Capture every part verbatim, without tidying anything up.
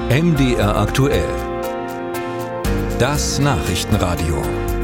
M D R aktuell. Das Nachrichtenradio.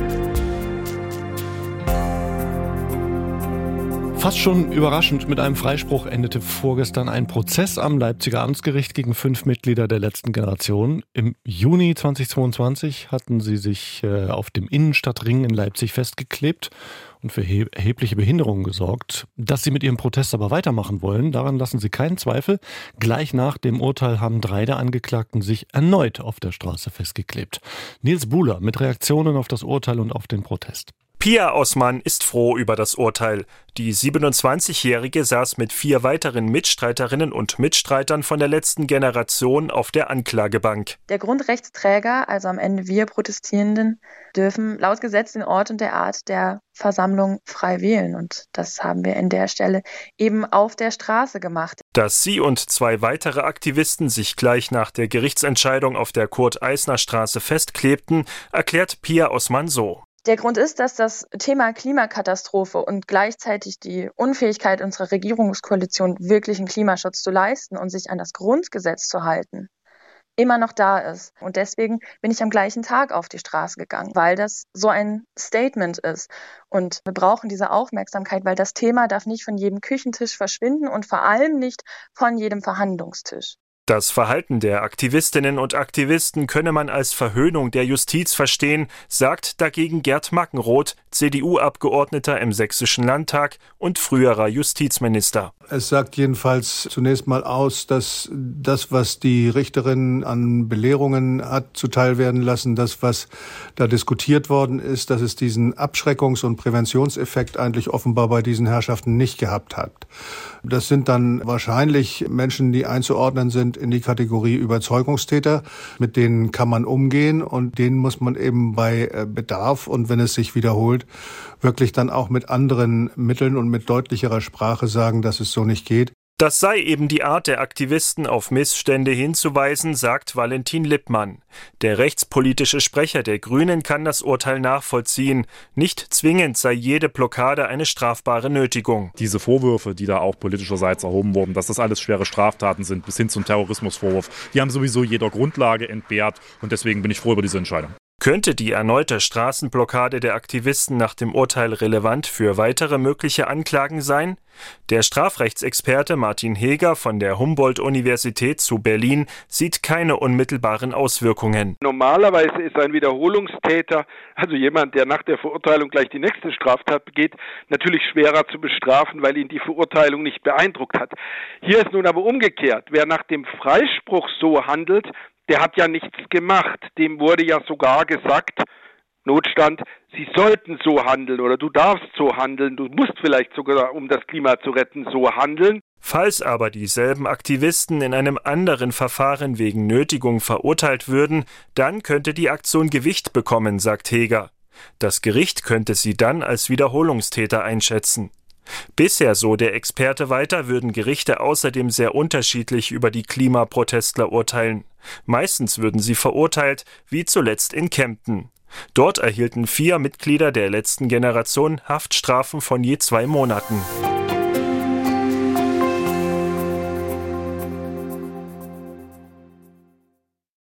Fast schon überraschend, mit einem Freispruch endete vorgestern ein Prozess am Leipziger Amtsgericht gegen fünf Mitglieder der letzten Generation. Im Juni zweitausendzweiundzwanzig hatten sie sich äh, auf dem Innenstadtring in Leipzig festgeklebt und für erhebliche Behinderungen gesorgt. Dass sie mit ihrem Protest aber weitermachen wollen, daran lassen sie keinen Zweifel. Gleich nach dem Urteil haben drei der Angeklagten sich erneut auf der Straße festgeklebt. Nils Buhler mit Reaktionen auf das Urteil und auf den Protest. Pia Osman ist froh über das Urteil. Die siebenundzwanzigjährige saß mit vier weiteren Mitstreiterinnen und Mitstreitern von der letzten Generation auf der Anklagebank. Der Grundrechtsträger, also am Ende wir Protestierenden, dürfen laut Gesetz den Ort und der Art der Versammlung frei wählen. Und das haben wir an der Stelle eben auf der Straße gemacht. Dass sie und zwei weitere Aktivisten sich gleich nach der Gerichtsentscheidung auf der Kurt-Eisner-Straße festklebten, erklärt Pia Osman so. Der Grund ist, dass das Thema Klimakatastrophe und gleichzeitig die Unfähigkeit unserer Regierungskoalition, wirklichen Klimaschutz zu leisten und sich an das Grundgesetz zu halten, immer noch da ist. Und deswegen bin ich am gleichen Tag auf die Straße gegangen, weil das so ein Statement ist. Und wir brauchen diese Aufmerksamkeit, weil das Thema darf nicht von jedem Küchentisch verschwinden und vor allem nicht von jedem Verhandlungstisch. Das Verhalten der Aktivistinnen und Aktivisten könne man als Verhöhnung der Justiz verstehen, sagt dagegen Gerd Mackenroth, C D U-Abgeordneter im Sächsischen Landtag und früherer Justizminister. Es sagt jedenfalls zunächst mal aus, dass das, was die Richterin an Belehrungen hat zuteil werden lassen, das, was da diskutiert worden ist, dass es diesen Abschreckungs- und Präventionseffekt eigentlich offenbar bei diesen Herrschaften nicht gehabt hat. Das sind dann wahrscheinlich Menschen, die einzuordnen sind in die Kategorie Überzeugungstäter. Mit denen kann man umgehen und denen muss man eben bei Bedarf und wenn es sich wiederholt, wirklich dann auch mit anderen Mitteln und mit deutlicherer Sprache sagen, dass es so nicht geht. Das sei eben die Art der Aktivisten, auf Missstände hinzuweisen, sagt Valentin Lippmann. Der rechtspolitische Sprecher der Grünen kann das Urteil nachvollziehen. Nicht zwingend sei jede Blockade eine strafbare Nötigung. Diese Vorwürfe, die da auch politischerseits erhoben wurden, dass das alles schwere Straftaten sind, bis hin zum Terrorismusvorwurf, die haben sowieso jeder Grundlage entbehrt und deswegen bin ich froh über diese Entscheidung. Könnte die erneute Straßenblockade der Aktivisten nach dem Urteil relevant für weitere mögliche Anklagen sein? Der Strafrechtsexperte Martin Heger von der Humboldt-Universität zu Berlin sieht keine unmittelbaren Auswirkungen. Normalerweise ist ein Wiederholungstäter, also jemand, der nach der Verurteilung gleich die nächste Straftat begeht, natürlich schwerer zu bestrafen, weil ihn die Verurteilung nicht beeindruckt hat. Hier ist nun aber umgekehrt. Wer nach dem Freispruch so handelt, der hat ja nichts gemacht. Dem wurde ja sogar gesagt, Notstand, Sie sollten so handeln oder du darfst so handeln, du musst vielleicht sogar, um das Klima zu retten, so handeln. Falls aber dieselben Aktivisten in einem anderen Verfahren wegen Nötigung verurteilt würden, dann könnte die Aktion Gewicht bekommen, sagt Heger. Das Gericht könnte sie dann als Wiederholungstäter einschätzen. Bisher, so der Experte weiter, würden Gerichte außerdem sehr unterschiedlich über die Klimaprotestler urteilen. Meistens würden sie verurteilt, wie zuletzt in Kempten. Dort erhielten vier Mitglieder der letzten Generation Haftstrafen von je zwei Monaten.